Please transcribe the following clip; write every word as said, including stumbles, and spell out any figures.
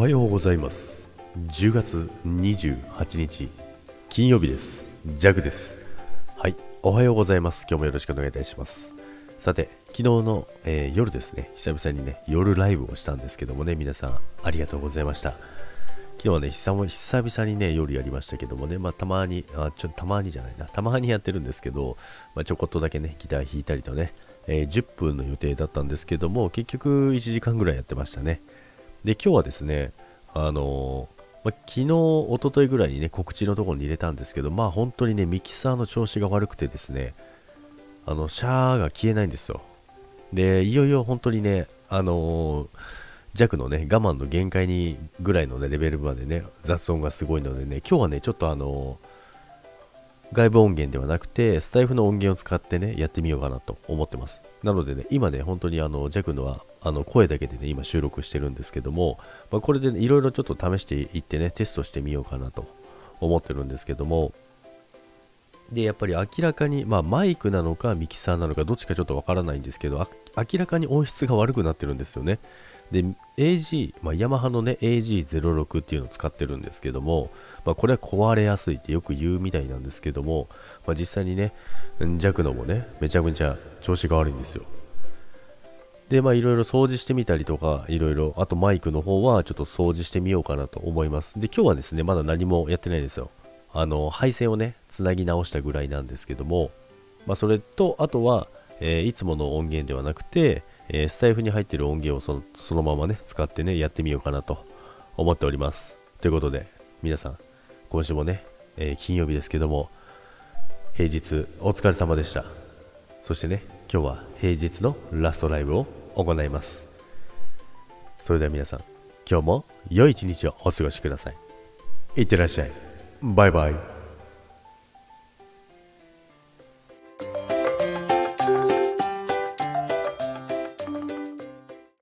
はようございます。じゅうがつにじゅうはちにち金曜日です。ジャグです。はい、おはようございます。今日もよろしくお願いいたします。さて、昨日の、えー夜ですね、久々にね夜ライブをしたんですけどもね、皆さんありがとうございました。昨日はね久々久々にね夜やりましたけどもね、まあたまにあちょたまにじゃないなたまにやってるんですけど、まあ、ちょこっとだけねギター弾いたりとね、えーじゅっぷんの予定だったんですけども、結局いちじかんぐらいやってましたね。で、今日はですね、あのーまあ、昨日、一昨日ぐらいにね、告知のところに入れたんですけど、まあ本当にね、ミキサーの調子が悪くてですね、あの、シャーが消えないんですよ。で、いよいよ本当にね、あのー弱のね、我慢の限界にぐらいの、ね、レベルまでね、雑音がすごいのでね、今日はね、ちょっとあのー外部音源ではなくて、スタイフの音源を使ってね、やってみようかなと思ってます。なのでね、今ね、本当にあの、ジャックのは、あの、声だけでね、今収録してるんですけども、まあ、これでね、いろいろちょっと試していってね、テストしてみようかなと思ってるんですけども、で、やっぱり明らかに、まあ、マイクなのかミキサーなのか、どっちかちょっとわからないんですけど、あ明らかに音質が悪くなってるんですよね。で、エージー、まあ、ヤマハのね、エージーゼロろく っていうのを使ってるんですけども、まあ、これは壊れやすいってよく言うみたいなんですけども、まあ、実際にね、弱のもね、めちゃめちゃ調子が悪いんですよ。で、まあいろいろ掃除してみたりとか、いろいろ、あとマイクの方はちょっと掃除してみようかなと思います。で、今日はですね、まだ何もやってないんですよ。あの、配線をね、つなぎ直したぐらいなんですけども、まあそれと、あとは、えーいつもの音源ではなくて、えースタイフに入っている音源をそのそのままね、使ってね、やってみようかなと思っております。ということで、皆さん、今週もね、えー金曜日ですけども、平日お疲れ様でした。そしてね、今日は平日のラストライブを行います。それでは皆さん、今日も良い一日をお過ごしください。いってらっしゃい。バイバイ。